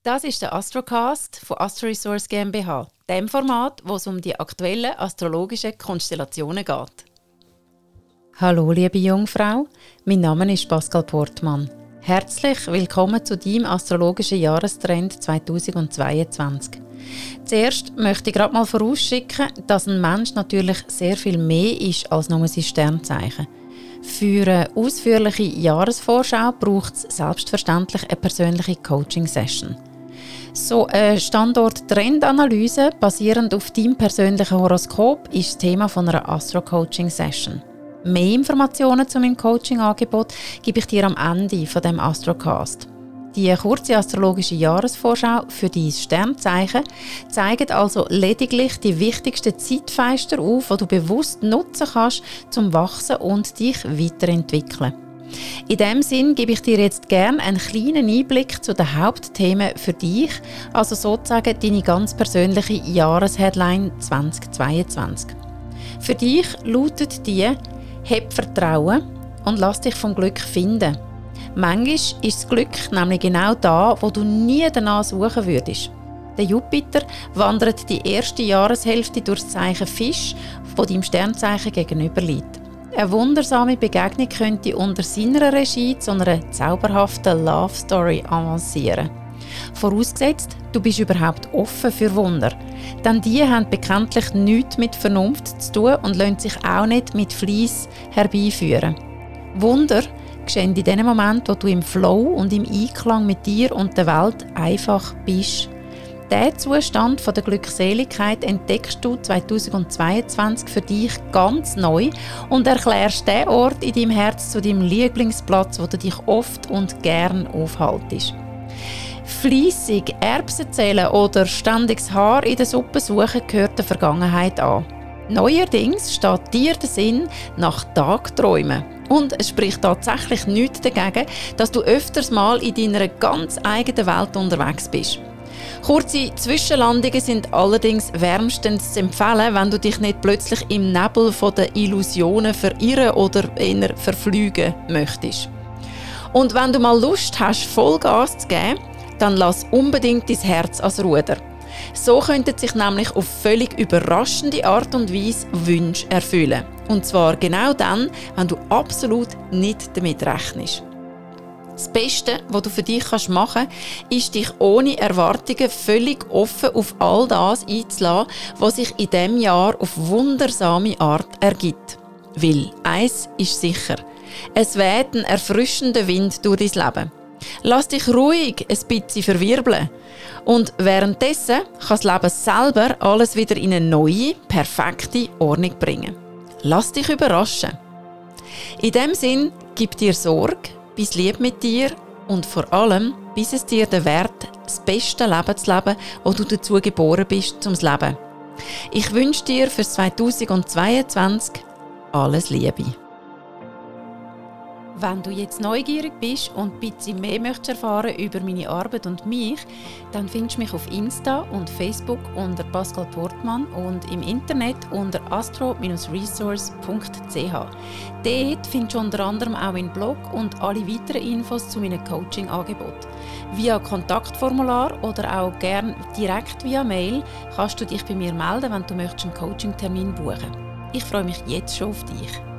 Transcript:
Das ist der Astrocast von Astro Resource GmbH, dem Format, wo es um die aktuellen astrologischen Konstellationen geht. Hallo liebe Jungfrau, mein Name ist Pascal Portmann. Herzlich willkommen zu deinem astrologischen Jahrestrend 2022. Zuerst möchte ich gerade mal vorausschicken, dass ein Mensch natürlich sehr viel mehr ist als nur sein Sternzeichen. Für eine ausführliche Jahresvorschau braucht es selbstverständlich eine persönliche Coaching-Session. So eine Standort-Trendanalyse basierend auf deinem persönlichen Horoskop ist das Thema von einer Astro-Coaching-Session. Mehr Informationen zu meinem Coaching-Angebot gebe ich dir am Ende von dem Astrocast. Die kurze astrologische Jahresvorschau für dein Sternzeichen zeigt also lediglich die wichtigsten Zeitfenster auf, die du bewusst nutzen kannst, zum Wachsen und dich weiterentwickeln. In diesem Sinn gebe ich dir jetzt gerne einen kleinen Einblick zu den Hauptthemen für dich, also sozusagen deine ganz persönliche Jahresheadline 2022. Für dich lautet die: Hab Vertrauen und lass dich vom Glück finden. Manchmal ist das Glück nämlich genau da, wo du nie danach suchen würdest. Der Jupiter wandert die erste Jahreshälfte durch das Zeichen Fisch, das deinem Sternzeichen gegenüber liegt. Eine wundersame Begegnung könnte unter seiner Regie zu einer zauberhaften Love Story avancieren. Vorausgesetzt, du bist überhaupt offen für Wunder. Denn die haben bekanntlich nichts mit Vernunft zu tun und lassen sich auch nicht mit Fleiss herbeiführen. Wunder geschehen in dem Moment, wo du im Flow und im Einklang mit dir und der Welt einfach bist. Diesen Zustand von der Glückseligkeit entdeckst du 2022 für dich ganz neu und erklärst diesen Ort in deinem Herz zu deinem Lieblingsplatz, wo du dich oft und gern aufhaltest. Fleissig Erbsen zählen oder ständiges Haar in der Suppe suchen gehört der Vergangenheit an. Neuerdings steht dir der Sinn nach Tagträumen. Und es spricht tatsächlich nichts dagegen, dass du öfters mal in deiner ganz eigenen Welt unterwegs bist. Kurze Zwischenlandungen sind allerdings wärmstens zu empfehlen, wenn du dich nicht plötzlich im Nebel der Illusionen verirren oder eher verflügen möchtest. Und wenn du mal Lust hast, Vollgas zu geben, dann lass unbedingt dein Herz ans Ruder. So könnten sich nämlich auf völlig überraschende Art und Weise Wünsche erfüllen. Und zwar genau dann, wenn du absolut nicht damit rechnest. Das Beste, was du für dich machen kannst, ist, dich ohne Erwartungen völlig offen auf all das einzulassen, was sich in diesem Jahr auf wundersame Art ergibt. Weil eins ist sicher: es weht ein erfrischender Wind durch dein Leben. Lass dich ruhig ein bisschen verwirbeln. Und währenddessen kann das Leben selber alles wieder in eine neue, perfekte Ordnung bringen. Lass dich überraschen. In diesem Sinn, gib dir Sorge, bist lieb mit dir und vor allem bis es dir den Wert, das beste Leben zu leben, wo du dazu geboren bist, zum Leben. Ich wünsche dir für 2022 alles Liebe. Wenn du jetzt neugierig bist und ein bisschen mehr möchtest erfahren über meine Arbeit und mich, dann findest du mich auf Insta und Facebook unter Pascal Portmann und im Internet unter astro-resource.ch. Dort findest du unter anderem auch meinen Blog und alle weiteren Infos zu meinem Coaching-Angebot. Via Kontaktformular oder auch gerne direkt via Mail kannst du dich bei mir melden, wenn du möchtest einen Coaching-Termin buchen. Ich freue mich jetzt schon auf dich.